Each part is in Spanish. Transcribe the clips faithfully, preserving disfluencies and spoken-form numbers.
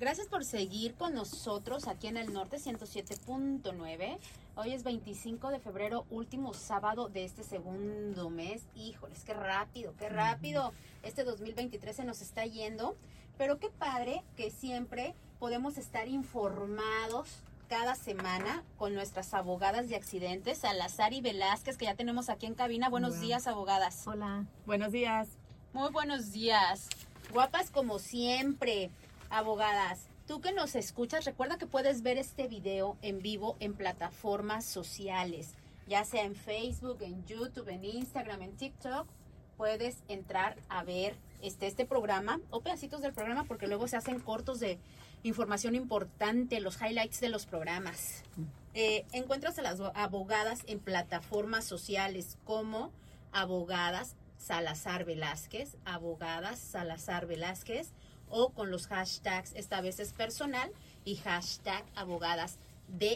Gracias por seguir con nosotros aquí en el Norte ciento siete punto nueve. Hoy es veinticinco de febrero, último sábado de este segundo mes. Híjoles, qué rápido, qué rápido. Este dos mil veintitrés se nos está yendo. Pero qué padre que siempre podemos estar informados cada semana con nuestras abogadas de accidentes, Salazar y Velázquez, que ya tenemos aquí en cabina. Buenos Hola. días, abogadas. Hola. Buenos días. Muy buenos días. Guapas como siempre, abogadas. Tú que nos escuchas, recuerda que puedes ver este video en vivo en plataformas sociales, ya sea en Facebook, en YouTube, en Instagram, en TikTok. Puedes entrar a ver este, este programa o pedacitos del programa, porque luego se hacen cortos de información importante, los highlights de los programas. Eh, encuentras a las abogadas en plataformas sociales como abogadas Salazar Velázquez, abogadas Salazar Velázquez, o con los hashtags, esta vez es personal, y hashtag abogadas de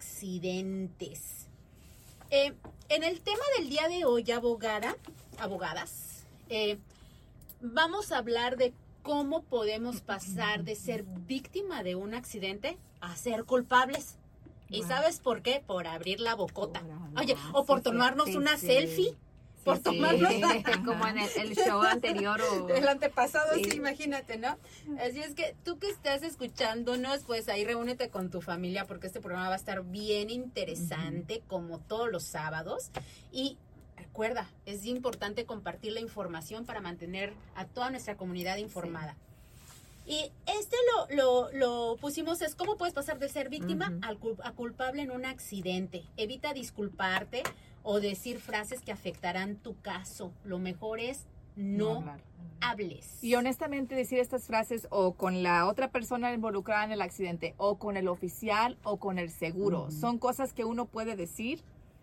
accidentes. Eh, en el tema del día de hoy, abogada, abogadas, eh, vamos a hablar de cómo podemos pasar de ser víctima de un accidente a ser culpables. ¿Y Wow. sabes por qué? Por abrir la bocota. Por- Oye, ah, o por sí, tomarnos sí, una sí. selfie. Por Sí, tomarnos sí. Como en el, el show anterior o... el antepasado, sí. Sí. Imagínate, ¿no? Así es que tú que estás escuchándonos, pues ahí reúnete con tu familia, porque este programa va a estar bien interesante, uh-huh. como todos los sábados. Y recuerda, es importante compartir la información para mantener a toda nuestra comunidad informada. Sí. Y este lo, lo, lo pusimos, es cómo puedes pasar de ser víctima uh-huh. al, a culpable en un accidente. Evita disculparte o decir frases que afectarán tu caso. Lo mejor es no, no hables. Y honestamente decir estas frases o con la otra persona involucrada en el accidente, o con el oficial, o con el seguro. Uh-huh. Son cosas que uno puede decir.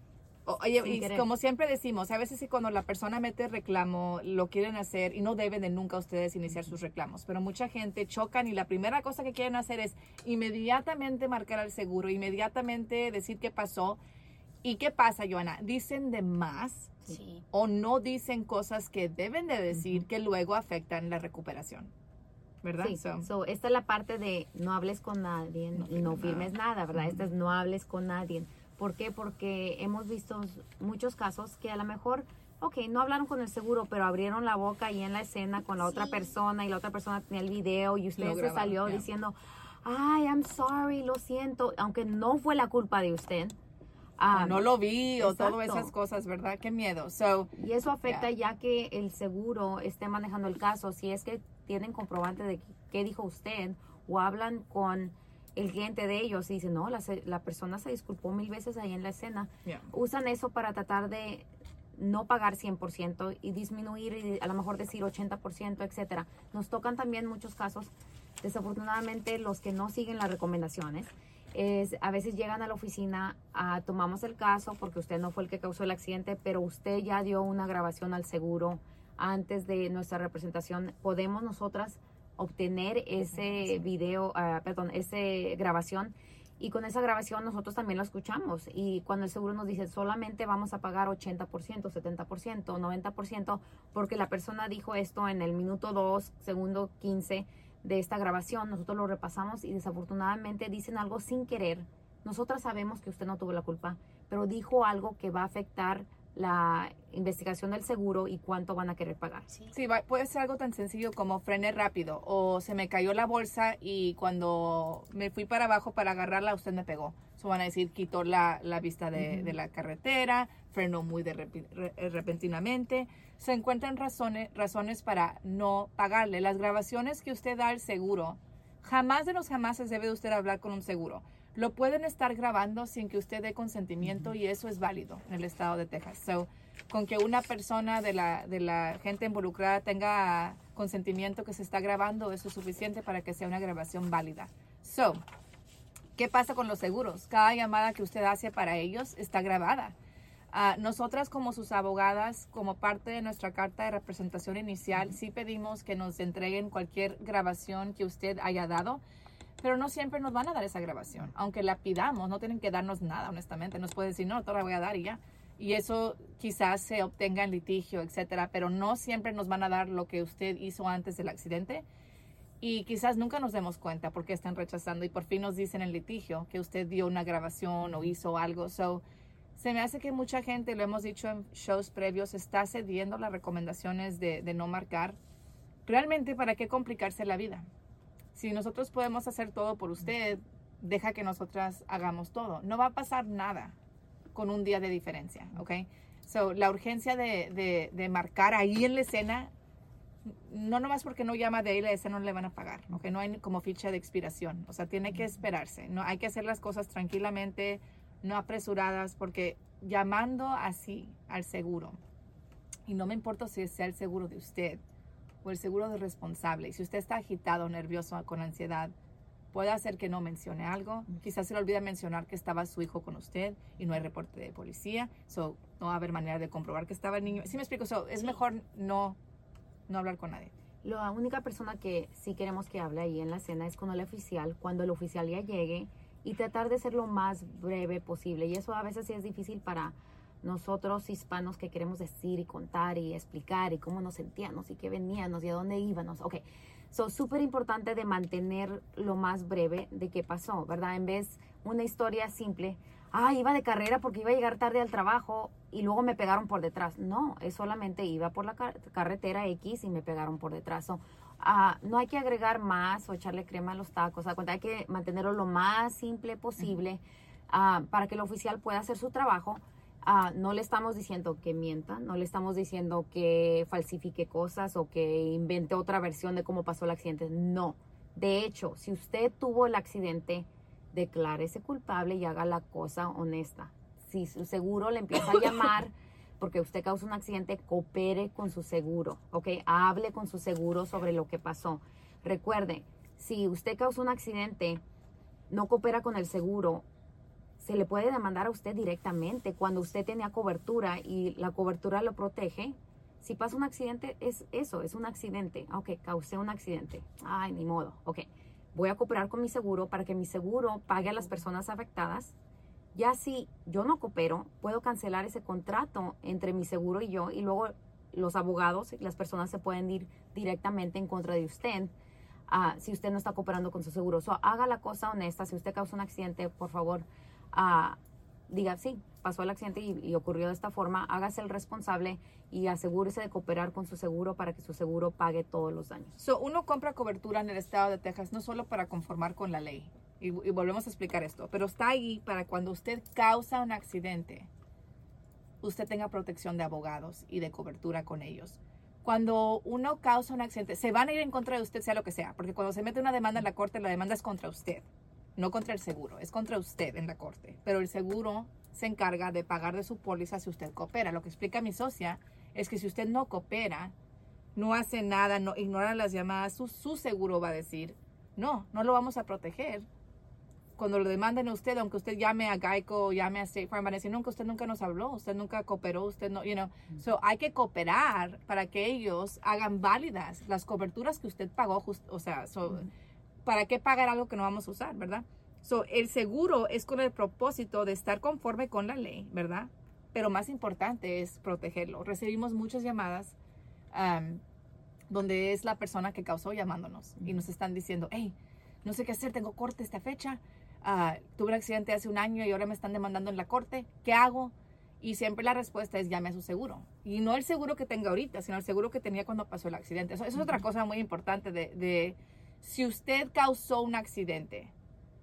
O, oye, y como siempre decimos, a veces cuando la persona mete reclamo, lo quieren hacer y no deben de nunca ustedes iniciar sus reclamos. Pero mucha gente chocan y la primera cosa que quieren hacer es inmediatamente marcar al seguro, inmediatamente decir qué pasó. ¿Y qué pasa, Joana? ¿Dicen de más? Sí. ¿O no dicen cosas que deben de decir uh-huh. que luego afectan la recuperación? ¿Verdad? Sí, so, so, esta es la parte de no hables con nadie no y no firmes nada, nada ¿verdad? Uh-huh. Esta es no hables con nadie. ¿Por qué? Porque hemos visto muchos casos que a lo mejor, ok, no hablaron con el seguro, pero abrieron la boca ahí en la escena con la sí. otra persona y la otra persona tenía el video y usted se salió yeah. diciendo, ay, I'm sorry, lo siento, aunque no fue la culpa de usted. Um, no lo vi exacto. o todas esas cosas, ¿verdad? Qué miedo. So, y eso afecta yeah. ya que el seguro esté manejando el caso. Si es que tienen comprobante de qué dijo usted o hablan con el cliente de ellos y dicen, no, la, la persona se disculpó mil veces ahí en la escena. Yeah. Usan eso para tratar de no pagar cien por ciento y disminuir y a lo mejor decir ochenta por ciento, etcétera. Nos tocan también muchos casos, desafortunadamente, los que no siguen las recomendaciones. Es, a veces llegan a la oficina, uh, tomamos el caso porque usted no fue el que causó el accidente, pero usted ya dio una grabación al seguro antes de nuestra representación. Podemos nosotras obtener ese video, uh, perdón, esa grabación, y con esa grabación nosotros también lo escuchamos. Y cuando el seguro nos dice solamente vamos a pagar ochenta por ciento, setenta por ciento, noventa por ciento, porque la persona dijo esto en el minuto dos, segundo quince de esta grabación, nosotros lo repasamos y desafortunadamente dicen algo sin querer. Nosotras sabemos que usted no tuvo la culpa, pero dijo algo que va a afectar la investigación del seguro y cuánto van a querer pagar. Sí, sí va, puede ser algo tan sencillo como frené rápido o se me cayó la bolsa y cuando me fui para abajo para agarrarla usted me pegó. Eso van a decir, quitó la, la vista de, uh-huh. de la carretera, frenó muy de repi, re, repentinamente. Se encuentran razones, razones para no pagarle. Las grabaciones que usted da al seguro, jamás de los jamases debe usted hablar con un seguro. Lo pueden estar grabando sin que usted dé consentimiento uh-huh. y eso es válido en el estado de Texas. So, con que una persona de la, de la gente involucrada tenga consentimiento que se está grabando, eso es suficiente para que sea una grabación válida. So, ¿qué pasa con los seguros? Cada llamada que usted hace para ellos está grabada. Uh, nosotras como sus abogadas, como parte de nuestra carta de representación inicial, uh-huh. sí pedimos que nos entreguen cualquier grabación que usted haya dado, pero no siempre nos van a dar esa grabación. Aunque la pidamos, no tienen que darnos nada, honestamente. Nos puede decir, no, te la voy a dar y ya. Y eso quizás se obtenga en litigio, etcétera, pero no siempre nos van a dar lo que usted hizo antes del accidente. Y quizás nunca nos demos cuenta porque están rechazando y por fin nos dicen en litigio que usted dio una grabación o hizo algo. So, se me hace que mucha gente, lo hemos dicho en shows previos, está cediendo las recomendaciones de, de no marcar. Realmente, ¿para qué complicarse la vida? Si nosotros podemos hacer todo por usted, deja que nosotras hagamos todo. No va a pasar nada con un día de diferencia, ¿ok? So, la urgencia de, de, de marcar ahí en la escena, no nomás porque no llama de ahí la escena no le van a pagar, ¿ok? No hay como ficha de expiración, o sea, tiene que esperarse, no hay que hacer las cosas tranquilamente, no apresuradas, porque llamando así al seguro, y no me importa si sea el seguro de usted o el seguro del responsable, y si usted está agitado, nervioso, con ansiedad, puede hacer que no mencione algo, quizás se le olvida mencionar que estaba su hijo con usted y no hay reporte de policía, so, no va a haber manera de comprobar que estaba el niño. ¿Sí me explico? So, es mejor no, no hablar con nadie. La única persona que sí queremos que hable ahí en la escena es con el oficial, cuando el oficial ya llegue, y tratar de ser lo más breve posible. Y eso a veces sí es difícil para nosotros hispanos que queremos decir y contar y explicar y cómo nos sentíamos y qué veníamos y a dónde íbamos. Ok, so súper importante de mantener lo más breve de qué pasó, ¿verdad? En vez una historia simple, ah, iba de carrera porque iba a llegar tarde al trabajo y luego me pegaron por detrás. No, es solamente iba por la car carretera X y me pegaron por detrás. So, Uh, no hay que agregar más o echarle crema a los tacos. Hay que mantenerlo lo más simple posible uh, para que el oficial pueda hacer su trabajo. Uh, no le estamos diciendo que mienta, no le estamos diciendo que falsifique cosas o que invente otra versión de cómo pasó el accidente. No. De hecho, si usted tuvo el accidente, declárese culpable y haga la cosa honesta. Si su seguro le empieza a llamar porque usted causó un accidente, coopere con su seguro, ¿ok? Hable con su seguro sobre lo que pasó. Recuerde, si usted causó un accidente, no coopera con el seguro, se le puede demandar a usted directamente cuando usted tenía cobertura y la cobertura lo protege. Si pasa un accidente, es eso, es un accidente. Ok, causé un accidente. Ay, ni modo. Ok, voy a cooperar con mi seguro para que mi seguro pague a las personas afectadas. Ya si yo no coopero, puedo cancelar ese contrato entre mi seguro y yo y luego los abogados y las personas se pueden ir directamente en contra de usted uh, si usted no está cooperando con su seguro. So, haga la cosa honesta. Si usted causó un accidente, por favor, uh, diga, sí, pasó el accidente y, y ocurrió de esta forma. Hágase el responsable y asegúrese de cooperar con su seguro para que su seguro pague todos los daños. So, uno compra cobertura en el estado de Texas no solo para conformar con la ley. Y, y volvemos a explicar esto, pero está ahí para cuando usted causa un accidente, usted tenga protección de abogados y de cobertura con ellos. Cuando uno causa un accidente, se van a ir en contra de usted, sea lo que sea, porque cuando se mete una demanda en la corte, la demanda es contra usted, no contra el seguro, es contra usted en la corte. Pero el seguro se encarga de pagar de su póliza si usted coopera. Lo que explica mi socia es que si usted no coopera, no hace nada, no ignora las llamadas, su, su seguro va a decir, no, no lo vamos a proteger. Cuando lo demanden a usted, aunque usted llame a Geico o llame a State Farm, van a decir, nunca, usted nunca nos habló, usted nunca cooperó, usted no, you know. Mm. So, hay que cooperar para que ellos hagan válidas las coberturas que usted pagó, just, o sea, so, mm. ¿para qué pagar algo que no vamos a usar, verdad? So, el seguro es con el propósito de estar conforme con la ley, ¿verdad? Pero más importante es protegerlo. Recibimos muchas llamadas um, donde es la persona que causó llamándonos mm. y nos están diciendo, hey, no sé qué hacer, tengo corte esta fecha. Uh, tuve un accidente hace un año y ahora me están demandando en la corte, ¿qué hago? Y siempre la respuesta es llame a su seguro. Y no el seguro que tenga ahorita, sino el seguro que tenía cuando pasó el accidente. Eso, eso es otra cosa muy importante de, de si usted causó un accidente,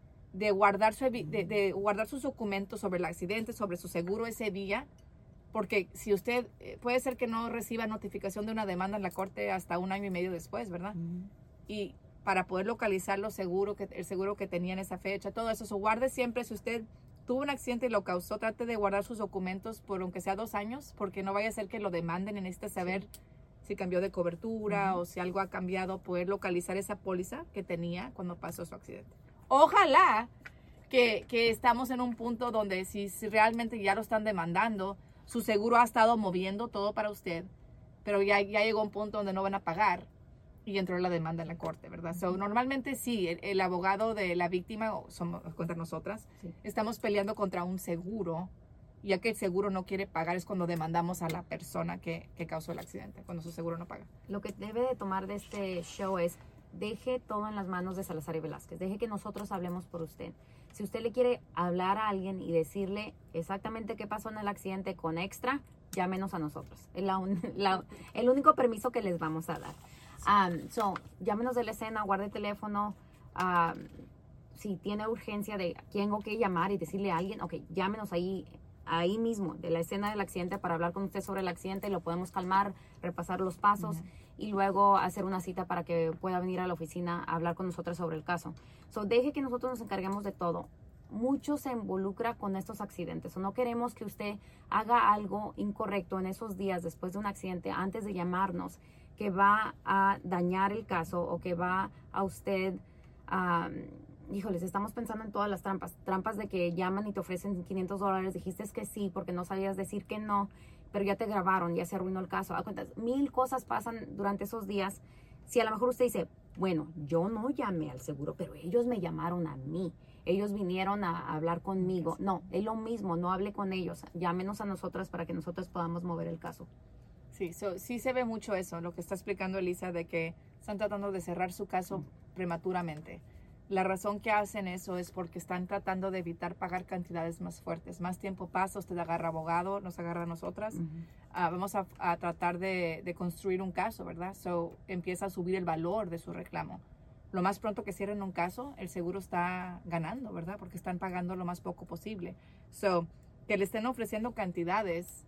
de guardar, su, de, de guardar sus documentos sobre el accidente, sobre su seguro ese día, porque si usted, puede ser que no reciba notificación de una demanda en la corte hasta un año y medio después, ¿verdad? Uh-huh. Y para poder localizar los seguros que, el seguro que tenía en esa fecha, todo eso. So, guarde siempre, si usted tuvo un accidente y lo causó, trate de guardar sus documentos por aunque sea dos años, porque no vaya a ser que lo demanden y necesite saber sí. si cambió de cobertura uh-huh. o si algo ha cambiado, poder localizar esa póliza que tenía cuando pasó su accidente. Ojalá que, que estamos en un punto donde si, si realmente ya lo están demandando, su seguro ha estado moviendo todo para usted, pero ya, ya llegó un punto donde no van a pagar. Y entró la demanda en la corte, ¿verdad? So, normalmente sí, el, el abogado de la víctima, o somos contra nosotras, sí. estamos peleando contra un seguro, ya que el seguro no quiere pagar, es cuando demandamos a la persona que, que causó el accidente, cuando su seguro no paga. Lo que debe de tomar de este show es, deje todo en las manos de Salazar y Velázquez. Deje que nosotros hablemos por usted. Si usted le quiere hablar a alguien y decirle exactamente qué pasó en el accidente con extra, llámenos a nosotros. Es la un, la, el único permiso que les vamos a dar. Um, so, llámenos de la escena, guarde el teléfono. Um, si tiene urgencia de tengo que llamar y decirle a alguien, ok, llámenos ahí, ahí mismo, de la escena del accidente para hablar con usted sobre el accidente. Lo podemos calmar, repasar los pasos uh-huh. y luego hacer una cita para que pueda venir a la oficina a hablar con nosotros sobre el caso. So, deje que nosotros nos encarguemos de todo. Mucho se involucra con estos accidentes. O no queremos que usted haga algo incorrecto en esos días después de un accidente antes de llamarnos que va a dañar el caso o que va a usted, um, híjoles, estamos pensando en todas las trampas. Trampas de que llaman y te ofrecen quinientos dólares, dijiste que sí porque no sabías decir que no, pero ya te grabaron, ya se arruinó el caso. A cuentas, mil cosas pasan durante esos días. Si a lo mejor usted dice, bueno, yo no llamé al seguro, pero ellos me llamaron a mí. Ellos vinieron a hablar conmigo. No, es lo mismo, no hable con ellos. Llámenos a nosotras para que nosotros podamos mover el caso. Sí, so, sí se ve mucho eso, lo que está explicando Elisa, de que están tratando de cerrar su caso prematuramente. La razón que hacen eso es porque están tratando de evitar pagar cantidades más fuertes. Más tiempo pasa, usted agarra abogado, nos agarra a nosotras. Uh-huh. Uh, vamos a, a tratar de, de construir un caso, ¿verdad? So, empieza a subir el valor de su reclamo. Lo más pronto que cierren un caso, el seguro está ganando, ¿verdad? Porque están pagando lo más poco posible. So, que le estén ofreciendo cantidades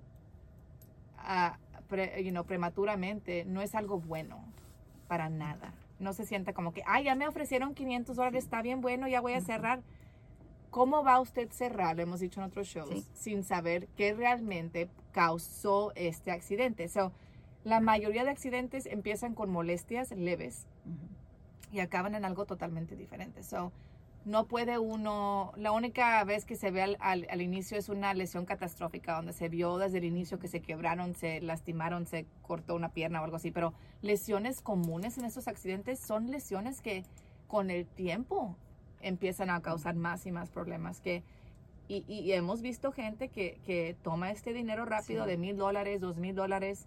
uh, pre, you know, prematuramente no es algo bueno para nada. No se sienta como que, ay, ya me ofrecieron quinientos dólares, está bien bueno, ya voy a cerrar. ¿Cómo va usted a cerrar? Lo hemos dicho en otros shows, sí. sin saber qué realmente causó este accidente. So, la mayoría de accidentes empiezan con molestias leves uh-huh. y acaban en algo totalmente diferente. So, no puede uno, la única vez que se ve al, al, al inicio es una lesión catastrófica, donde se vio desde el inicio que se quebraron, se lastimaron, se cortó una pierna o algo así, pero lesiones comunes en estos accidentes son lesiones que con el tiempo empiezan a causar más y más problemas. Que, y, y hemos visto gente que, que toma este dinero rápido sí. de mil dólares, dos mil dólares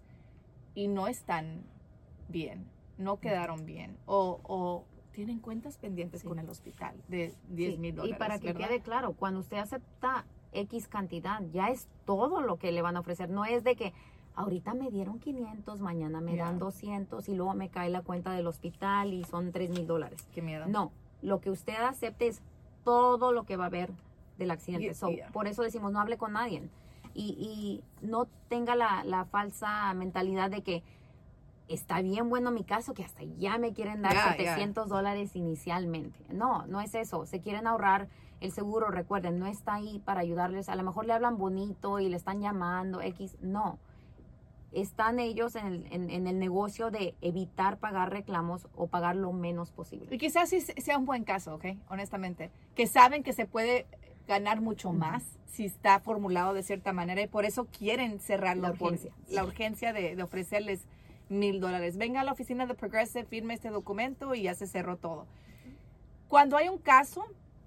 y no están bien, no quedaron bien o... o tienen cuentas pendientes sí. con el hospital de diez mil dólares. Y para que ¿verdad? quede claro, cuando usted acepta X cantidad, ya es todo lo que le van a ofrecer. No es de que ahorita me dieron quinientos, mañana me yeah. dan doscientos y luego me cae la cuenta del hospital y son tres mil dólares. Qué miedo. No, lo que usted acepte es todo lo que va a haber del accidente. Yeah, so, yeah. Por eso decimos, no hable con nadie. Y, y no tenga la, la falsa mentalidad de que está bien bueno mi caso, que hasta ya me quieren dar yeah, setecientos dólares inicialmente. No, no es eso. Se quieren ahorrar el seguro. Recuerden, no está ahí para ayudarles. A lo mejor le hablan bonito y le están llamando X. No. Están ellos en el, en, en el negocio de evitar pagar reclamos o pagar lo menos posible. Y quizás sí sea un buen caso, ¿ok? Honestamente. Que saben que se puede ganar mucho uh-huh. más si está formulado de cierta manera y por eso quieren cerrarlo. La urgencia. Por, la urgencia de, de ofrecerles mil dólares. Venga a la oficina de Progressive, firme este documento y ya se cerró todo. Cuando hay un caso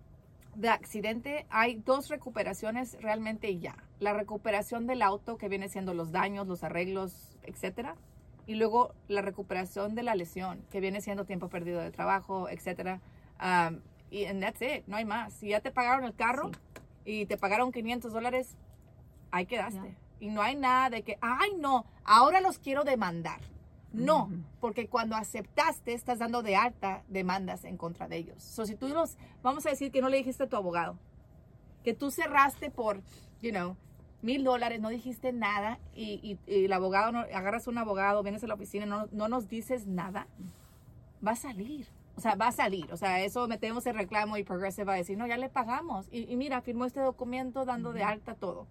de accidente, hay dos recuperaciones realmente ya. La recuperación del auto, que viene siendo los daños, los arreglos, etcétera. Y luego la recuperación de la lesión, que viene siendo tiempo perdido de trabajo, etcétera. Um, y and that's it, no hay más. Si ya te pagaron el carro sí. y te pagaron quinientos dólares, ahí quedaste. Yeah. Y no hay nada de que, ay, no, ahora los quiero demandar. No, uh-huh. porque cuando aceptaste, estás dando de alta demandas en contra de ellos. So, si tú los, vamos a decir que no le dijiste a tu abogado, que tú cerraste por, you know, mil dólares, no dijiste nada, y, y, y el abogado, no, agarras un abogado, vienes a la oficina, no, no nos dices nada, va a salir. O sea, va a salir. O sea, eso metemos el reclamo y Progressive va a decir, no, ya le pagamos. Y, y mira, firmó este documento dando uh-huh. de alta todo.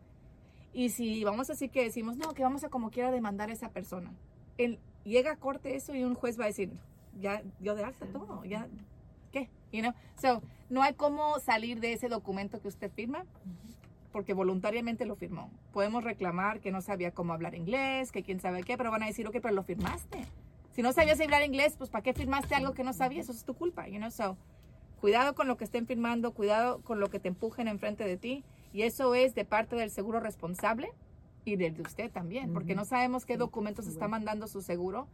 Y si vamos a decir que decimos, no, que vamos a como quiera demandar a esa persona. El, llega a corte eso y un juez va a decir, ya dio de alta todo, ya, ¿qué? You know? So, no hay cómo salir de ese documento que usted firma, porque voluntariamente lo firmó. Podemos reclamar que no sabía cómo hablar inglés, que quién sabe qué, pero van a decir, ok, pero lo firmaste. Si no sabías hablar inglés, pues ¿para qué firmaste algo que no sabías? Eso es tu culpa, you know? So, cuidado con lo que estén firmando, cuidado con lo que te empujen enfrente de ti. Y eso es de parte del seguro responsable y del de usted también, uh-huh. porque no sabemos qué documentos está mandando su seguro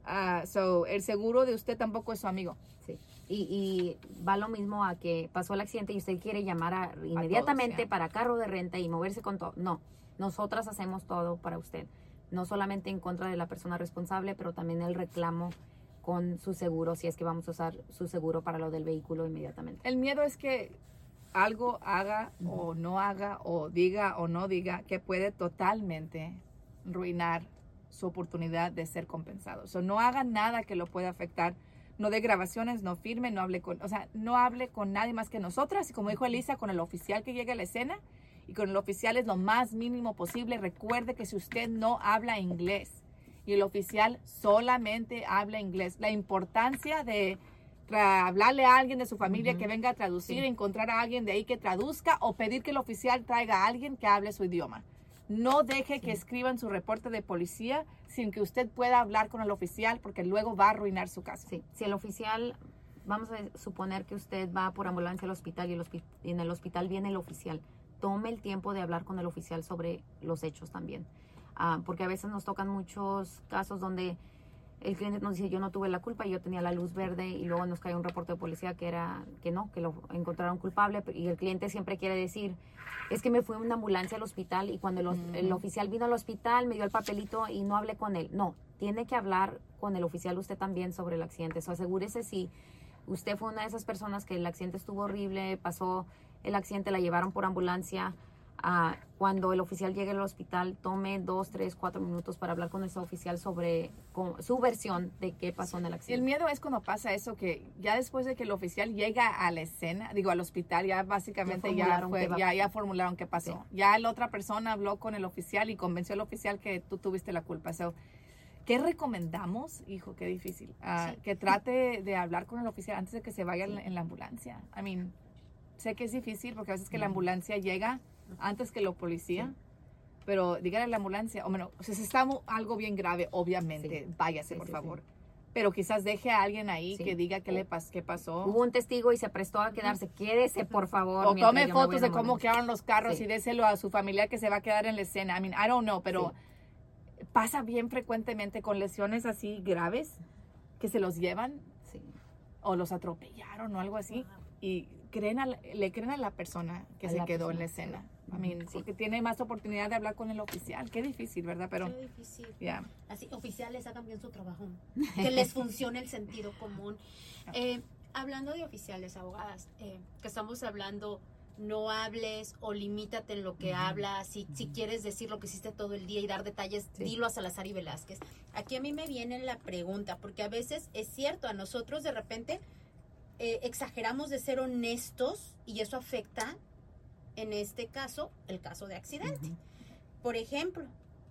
Uh, so, el seguro de usted tampoco es su amigo. Sí. Y, y va lo mismo a que pasó el accidente y usted quiere llamar a, inmediatamente todos, yeah. para carro de renta y moverse con todo. No, nosotras hacemos todo para usted. No solamente en contra de la persona responsable, pero también el reclamo con su seguro, si es que vamos a usar su seguro para lo del vehículo inmediatamente. El miedo es que algo haga uh-huh. o no haga, o diga o no diga, que puede totalmente arruinar su oportunidad de ser compensado. O so, no haga nada que lo pueda afectar. No dé grabaciones, no firme, no hable con, o sea, no hable con nadie más que nosotras. Y como dijo Elisa, con el oficial que llegue a la escena, y con el oficial es lo más mínimo posible. Recuerde que si usted no habla inglés y el oficial solamente habla inglés, la importancia de tra- hablarle a alguien de su familia uh-huh. que venga a traducir, sí. encontrar a alguien de ahí que traduzca o pedir que el oficial traiga a alguien que hable su idioma. No deje sí. que escriban su reporte de policía sin que usted pueda hablar con el oficial, porque luego va a arruinar su caso. Sí. Si el oficial, vamos a suponer que usted va por ambulancia al hospital y, el hospi- y en el hospital viene el oficial, tome el tiempo de hablar con el oficial sobre los hechos también. Uh, porque a veces nos tocan muchos casos donde el cliente nos dice, yo no tuve la culpa, yo tenía la luz verde, y luego nos cae un reporte de policía que era que no, que lo encontraron culpable, y el cliente siempre quiere decir, es que me fui en una ambulancia al hospital y cuando el, mm. el oficial vino al hospital me dio el papelito y no hablé con él. No, tiene que hablar con el oficial usted también sobre el accidente. So, asegúrese si usted fue una de esas personas que el accidente estuvo horrible, pasó el accidente, la llevaron por ambulancia. Uh, cuando el oficial llegue al hospital, tome dos, tres, cuatro minutos para hablar con ese oficial sobre con, su versión de qué pasó en el accidente. El miedo es cuando pasa eso, que ya después de que el oficial llega a la escena, digo al hospital, ya básicamente ya, ya, fue, ya, ya formularon qué pasó. Sí. Ya la otra persona habló con el oficial y convenció al oficial que tú tuviste la culpa. So, ¿qué recomendamos? Hijo, qué difícil. Uh, sí. Que trate de hablar con el oficial antes de que se vaya sí. en, en la ambulancia. I mean, sé que es difícil porque a veces que mm. la ambulancia llega antes que la policía, sí. pero dígale a la ambulancia, o bueno, si está algo bien grave, obviamente, sí. váyase, sí, por sí, favor. Sí. Pero quizás deje a alguien ahí sí. que diga qué le pas qué pasó. Hubo un testigo y se prestó a quedarse, quédese, por favor. O tome fotos de cómo quedaron los carros sí. y déselo a su familia que se va a quedar en la escena. I mean, I don't know, pero sí. pasa bien frecuentemente con lesiones así graves que se los llevan sí. o los atropellaron o algo así. Wow. Y creen a, le creen a la persona que a se quedó persona. en la escena. I mean, sí. porque tiene más oportunidad de hablar con el oficial. Qué difícil, ¿verdad? Pero, Qué difícil. Yeah. Así, oficiales, hagan bien su trabajo. Que les funcione el sentido común. Eh, hablando de oficiales, abogadas, eh, que estamos hablando, no hables o limítate en lo que uh-huh. hablas. Si, uh-huh. si quieres decir lo que hiciste todo el día y dar detalles, sí. dilo a Salazar y Velázquez. Aquí a mí me viene la pregunta, porque a veces es cierto, a nosotros de repente eh, exageramos de ser honestos y eso afecta, en este caso, el caso de accidente. Uh-huh. Por ejemplo,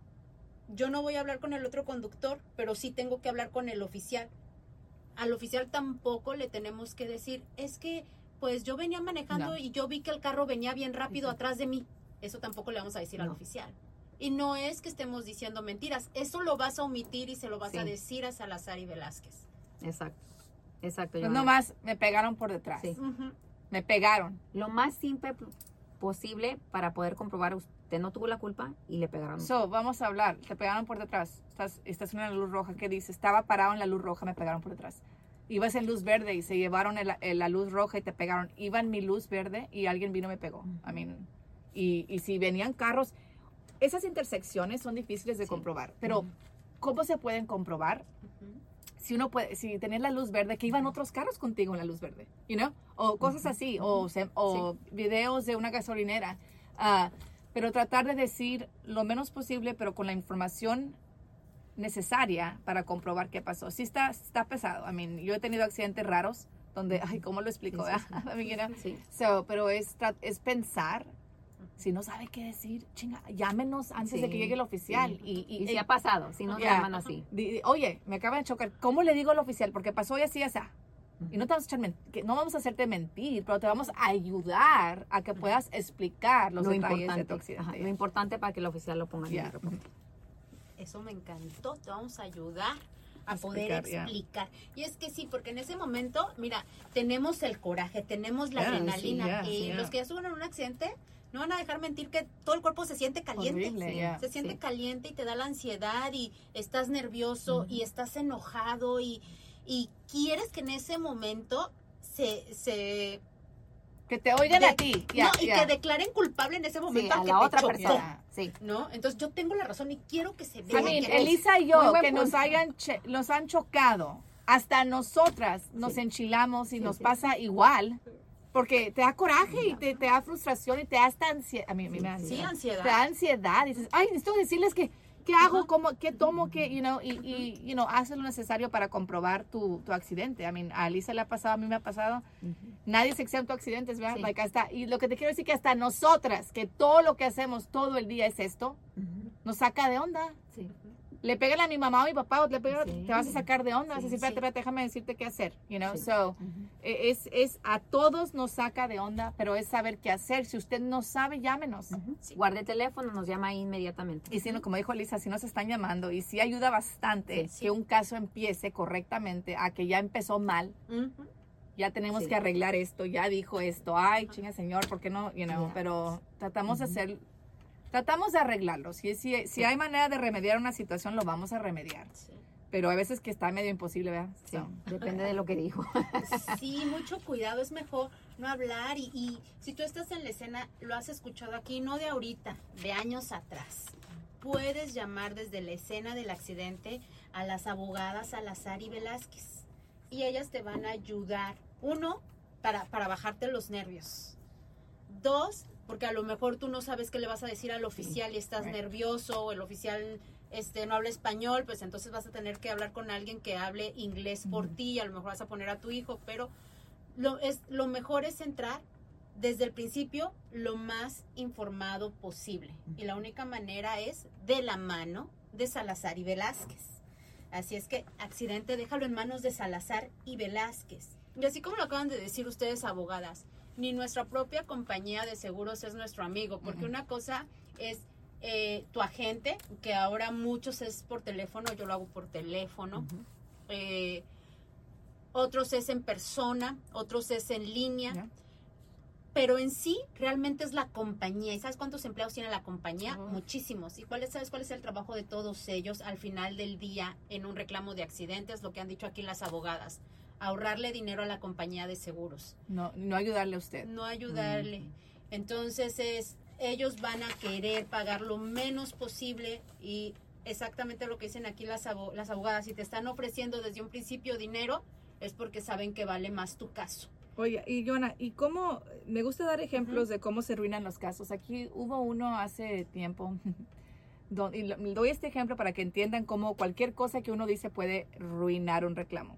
yo no voy a hablar con el otro conductor, pero sí tengo que hablar con el oficial. Al oficial tampoco le tenemos que decir, es que, pues yo venía manejando no. y yo vi que el carro venía bien rápido sí, sí. atrás de mí. Eso tampoco le vamos a decir no. al oficial. Y no es que estemos diciendo mentiras, eso lo vas a omitir y se lo vas sí. a decir a Salazar y Velázquez. Exacto, exacto. Pues nomás me pegaron por detrás. Sí. Uh-huh. Me pegaron. Lo más simple posible para poder comprobar usted no tuvo la culpa y le pegaron. So, vamos a hablar. Te pegaron por detrás. Estás, estás en la luz roja. ¿Qué dice? Estaba parado en la luz roja, me pegaron por detrás. Ibas en luz verde y se llevaron el, el, la luz roja y te pegaron. Iba en mi luz verde y alguien vino y me pegó. I mean, y, y si venían carros, esas intersecciones son difíciles de sí. comprobar. Pero, uh-huh. ¿cómo se pueden comprobar? Uh-huh. Si uno puede, si tenías la luz verde, que iban otros carros contigo en la luz verde, you know? O cosas así, uh-huh. o, se, o sí. videos de una gasolinera. Uh, pero tratar de decir lo menos posible, pero con la información necesaria para comprobar qué pasó. Sí está, está pesado. I mean, yo he tenido accidentes raros donde, ay, ¿cómo lo explico? Sí, sí, sí. I mean, sí. so, pero es, es pensar. Si no sabe qué decir, chinga, llámenos antes sí, de que llegue el oficial. Sí. Y, y, y si ha pasado, si nos yeah, llaman así. Di, oye, me acaban de chocar. ¿Cómo le digo al oficial? Porque pasó y así, así. Uh-huh. Y no te vamos a echar men- que no vamos a hacerte mentir, pero te vamos a ayudar a que puedas explicar los lo detalles de tu accidente. Ajá, lo importante para que el oficial lo ponga yeah. en el reporte. Eso me encantó. Te vamos a ayudar a poder explicar, explicar. Yeah. Y es que sí, porque en ese momento, mira, tenemos el coraje, tenemos la yeah, adrenalina. Sí, yeah, y yeah. los que ya estuvieron en un accidente, no van a dejar mentir que todo el cuerpo se siente caliente. Horrible, Sí. yeah. Se siente Sí. caliente y te da la ansiedad y estás nervioso Uh-huh. y estás enojado y, y quieres que en ese momento se... se Que te oigan de- a ti. Yeah, no, y yeah. que declaren culpable en ese Sí, momento a al que la te otra chocó, persona. Sí. ¿no? Entonces yo tengo la razón y quiero que se I vea. mean, que- Elisa y Muy yo, buen que nos punto. hayan che- nos han chocado, hasta nosotras nos Sí. enchilamos y Sí, nos sí. pasa igual, porque te da coraje y te, te da frustración y te da hasta ansiedad. A mí, a mí me da Sí, ansiedad. ansiedad. Te da ansiedad. Dices, ay, necesito decirles que, ¿qué hago? Ajá. ¿Cómo, ¿Qué tomo? ¿Qué, you know? Y, y you know, haces lo necesario para comprobar tu, tu accidente. I mean, a Elisa le ha pasado, a mí me ha pasado. Nadie es exento a accidentes, ¿verdad? Sí. Like, hasta, y lo que te quiero decir que hasta nosotras, que todo lo que hacemos todo el día es esto, Ujú. nos saca de onda. Sí. Le pegan a mi mamá o a mi papá, o le pegan, Sí. te vas a sacar de onda. Vas a Sí, decir, espérate, sí. espérate, déjame decirte qué hacer. You know, Sí. so, Ujú. eh, es, es, a todos nos saca de onda, pero es saber qué hacer. Si usted no sabe, llámenos. Ujú. Sí. Guarde el teléfono, nos llama ahí inmediatamente. Y si no, como dijo Lisa, si nos están llamando, y sí ayuda bastante Sí. que un caso empiece correctamente a que ya empezó mal, Ujú. ya tenemos Sí. que arreglar esto, ya dijo esto, ay, chinga señor, ¿por qué no? You know, Yeah. pero tratamos de Ujú. hacer, tratamos de arreglarlo. Si, si, si hay manera de remediar una situación, lo vamos a remediar. Sí. Pero a veces que está medio imposible, ¿verdad? Sí, So, depende de lo que dijo. Sí, mucho cuidado, es mejor no hablar y, y si tú estás en la escena, lo has escuchado aquí, no de ahorita, de años atrás. Puedes llamar desde la escena del accidente a las abogadas Salazar y Velázquez y ellas te van a ayudar, uno, para, para bajarte los nervios, dos, porque a lo mejor tú no sabes qué le vas a decir al oficial y estás Right. nervioso o el oficial este no habla español, pues entonces vas a tener que hablar con alguien que hable inglés por Ujú. ti y a lo mejor vas a poner a tu hijo, pero lo, es, lo mejor es entrar desde el principio lo más informado posible. Y la única manera es de la mano de Salazar y Velázquez. Así es que accidente, déjalo en manos de Salazar y Velázquez. Y así como lo acaban de decir ustedes, abogadas, ni nuestra propia compañía de seguros es nuestro amigo, porque Ujú. una cosa es eh, tu agente, que ahora muchos es por teléfono, yo lo hago por teléfono. Ujú. Eh, otros es en persona, otros es en línea, Ya. pero en sí realmente es la compañía. ¿Y sabes cuántos empleados tiene la compañía? Oh. Muchísimos. ¿Y cuál es, sabes cuál es el trabajo de todos ellos al final del día en un reclamo de accidentes? Lo que han dicho aquí las abogadas, ahorrarle dinero a la compañía de seguros, No, no ayudarle a usted. no ayudarle. Mm. Entonces es, ellos van a querer pagar lo menos posible y exactamente lo que dicen aquí las, abo- las abogadas, si te están ofreciendo desde un principio dinero, es porque saben que vale más tu caso. Oye, y Joana, ¿y cómo? Me gusta dar ejemplos de cómo se arruinan los casos. Aquí hubo uno hace tiempo, don- y lo- doy este ejemplo para que entiendan cómo cualquier cosa que uno dice puede arruinar un reclamo.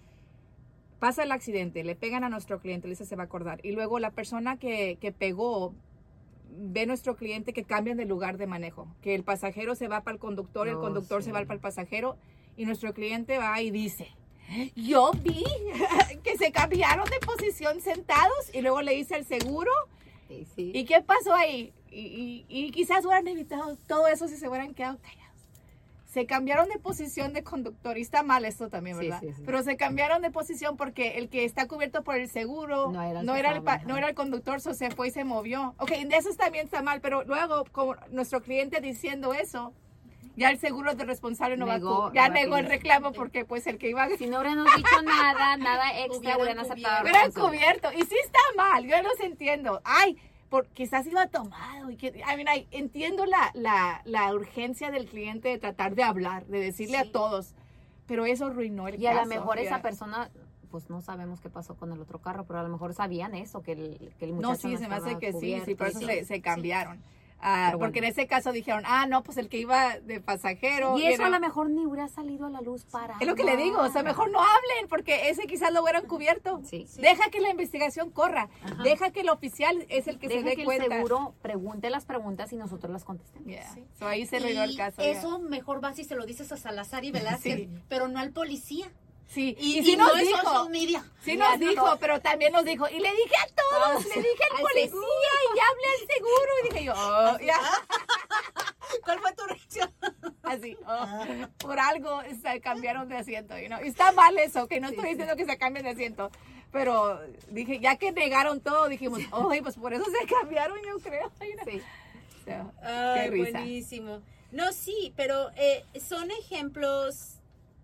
Pasa el accidente, le pegan a nuestro cliente, Lisa se va a acordar, y luego la persona que, que pegó ve a nuestro cliente que cambian de lugar de manejo, que el pasajero se va para el conductor, el Oh, conductor sí. se va para el pasajero, y nuestro cliente va y dice, yo vi que se cambiaron de posición sentados, y luego le dice al seguro, Sí, sí. ¿y qué pasó ahí? Y, y, y quizás hubieran evitado todo eso si se hubieran quedado callados. Se cambiaron de posición de conductor, y está mal esto también, Sí, ¿verdad? sí, sí. Pero se cambiaron de posición porque el que está cubierto por el seguro No era el no que era el, estaba pa- manejando. no era el conductor, so se fue y se movió. Ok, eso también está mal, pero luego, como nuestro cliente diciendo eso, ya el seguro de responsable no Negó va a cu- ya negó el rapidísimo. reclamo porque pues el que iba a Si no hubiéramos dicho nada, nada extra, Hubieran hubieran aceptado. cubierto. Hubieran responsabilidad. cubierto. Y sí está mal, yo los entiendo. Ay, por, quizás iba tomado. Y que, I mean, I- entiendo la, la, la urgencia del cliente de tratar de hablar, de decirle Sí. a todos. Pero eso arruinó el Y a caso. lo mejor esa Yeah. persona, pues no sabemos qué pasó con el otro carro, pero a lo mejor sabían eso, que el, que el muchacho No, sí, se me hace estaba que sí, cubierto sí, por y eso sí. se, se cambiaron. Ah, Pero porque bueno. en ese caso dijeron, ah, no, pues el que iba de pasajero. Y you eso know. a lo mejor ni hubiera salido a la luz para Es lo que le digo, o sea, mejor no hablen, porque ese quizás lo hubieran cubierto. Sí. Sí. Deja que la investigación corra. Ajá. Deja que el oficial es el que Deja se dé que cuenta. el seguro pregunte las preguntas y nosotros las contestemos. Yeah. Sí. So, ahí se arruinó el Y caso. yeah. eso mejor vas y se lo dices a Salazar y Velázquez, Sí. pero no al policía. Sí, Y, y, sí y nos no es dijo, social media. sí Ya, nos no, dijo, no. pero también nos dijo, y le dije a todos, le dije al Al policía seguro. y hablé al seguro, y dije yo, oh, ya. ¿Cuál fue tu reacción? Así, oh, por algo se cambiaron de asiento, you know? Y está mal eso, que no estoy sí, diciendo sí. que se cambien de asiento. Pero dije, ya que negaron todo, dijimos, oye, pues por eso se cambiaron, yo creo. You know? Sí. So, Ay, qué risa. Buenísimo. No, sí, pero eh, son ejemplos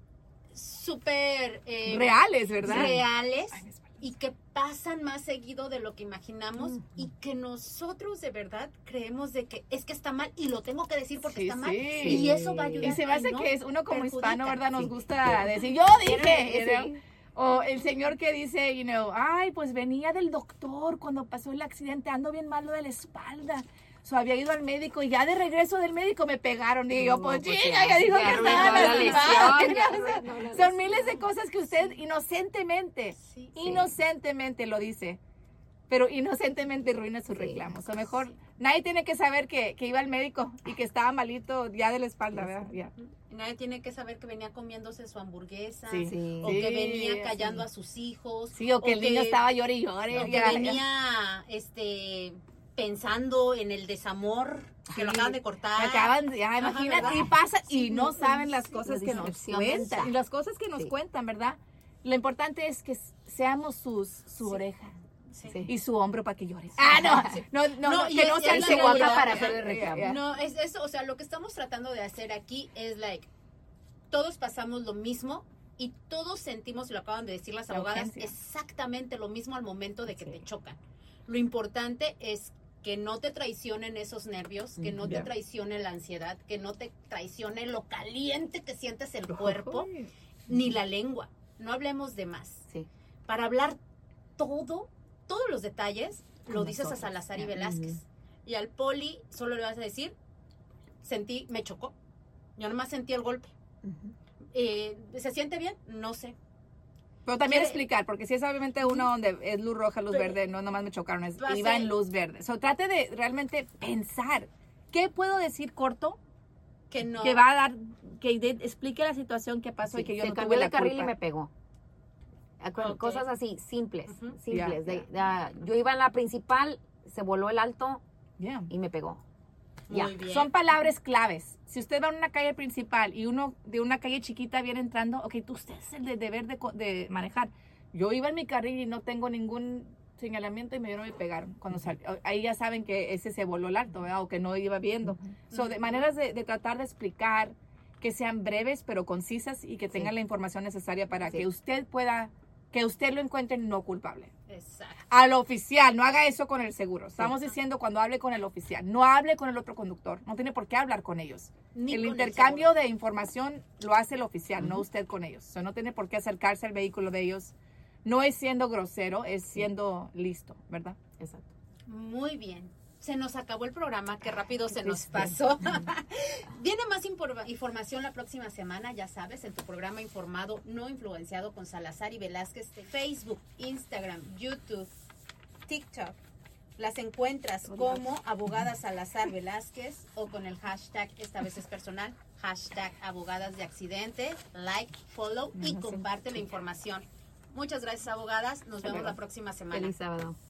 súper... Eh, reales, ¿verdad? Reales. Ay, y que pasan más seguido de lo que imaginamos uh-huh. y que nosotros de verdad creemos de que es que está mal y lo tengo que decir porque sí, está mal sí. y eso va a ayudar. Y se me hace que es uno como hispano, ¿verdad? Nos sí. gusta decir, yo dije, sí. o el señor que dice, you know, ay, pues venía del doctor cuando pasó el accidente, ando bien malo de la espalda. So, había ido al médico y ya de regreso del médico me pegaron y yo, no, pues chica, ya, ya dijo que estaba Son miles de cosas que usted inocentemente, sí, inocentemente sí. lo dice, pero inocentemente ruina sus sí. reclamos. O mejor, sí. nadie tiene que saber que, que iba al médico y que estaba malito ya de la espalda, ¿verdad? Sí. Yeah. Nadie tiene que saber que venía comiéndose su hamburguesa, sí. Sí. o que venía callando sí. a sus hijos. Sí, o que o el que, niño estaba llore y llore. O ya, que venía, ya. este... pensando en el desamor que sí, lo acaban de cortar. Acaban, ya, imagínate, Ajá, y pasa, sí, y no saben las sí, cosas que nos cuentan. Y las cosas que nos sí. cuentan, ¿verdad? Lo importante es que seamos sus, su sí. oreja. Sí. Y su hombro para que llores. Ah, no, sí. no, no, no, que no sea el segundo para hacer el reclamo. No, es eso, o sea, lo que estamos tratando de hacer aquí es, like, todos pasamos lo mismo y todos sentimos, y lo acaban de decir las abogadas, exactamente lo mismo al momento de que sí. te chocan. Lo importante es que no te traicionen esos nervios, que no yeah. te traicione la ansiedad, que no te traicione lo caliente que sientes el cuerpo, oh, ni la lengua. No hablemos de más. Sí. Para hablar todo, todos los detalles, lo Nosotros, dices a Salazar yeah. y Velázquez. Uh-huh. Y al poli solo le vas a decir, sentí, me chocó. Yo nomás sentí el golpe. Uh-huh. Eh, ¿Se siente bien? No sé. Pero también explicar, porque si es obviamente uno donde es luz roja, luz pero, verde, no nomás me chocaron, es, iba en luz verde. So, trate de realmente pensar, ¿qué puedo decir corto? Que no. Que va a dar, que de, explique la situación que pasó sí, y que yo no tuve la culpa. Carril y me pegó. Okay. Cosas así, simples, uh-huh. simples. Yeah, de, yeah. De, yo iba en la principal, se voló el alto yeah. y me pegó. Ya. Son palabras claves. Si usted va a una calle principal y uno de una calle chiquita viene entrando, ok, tú usted es el de deber de, de manejar. Yo iba en mi carril y no tengo ningún señalamiento y me dieron y me pegaron. Cuando sal, ahí ya saben que ese se voló el alto, ¿verdad? O que no iba viendo. Uh-huh. So, de maneras de, de tratar de explicar que sean breves pero concisas y que tengan sí. la información necesaria para sí. que usted pueda, que usted lo encuentre no culpable. Exacto. Al oficial, no haga eso con el seguro. Estamos sí. diciendo cuando hable con el oficial, no hable con el otro conductor, no tiene por qué hablar con ellos. Ni el con intercambio el de información lo hace el oficial, uh-huh. no usted con ellos. O sea, no tiene por qué acercarse al vehículo de ellos. No es siendo grosero, es siendo listo, ¿verdad? Exacto. Muy bien. Se nos acabó el programa, qué rápido se nos pasó. Viene más impor- información la próxima semana, ya sabes, en tu programa Informado No Influenciado con Salazar y Velázquez, Facebook, Instagram, YouTube, TikTok. Las encuentras como Abogada Salazar Velázquez o con el hashtag, esta vez es personal, hashtag Abogadas de Accidente, like, follow y comparte la información. Muchas gracias, abogadas. Nos vemos la próxima semana. Feliz sábado.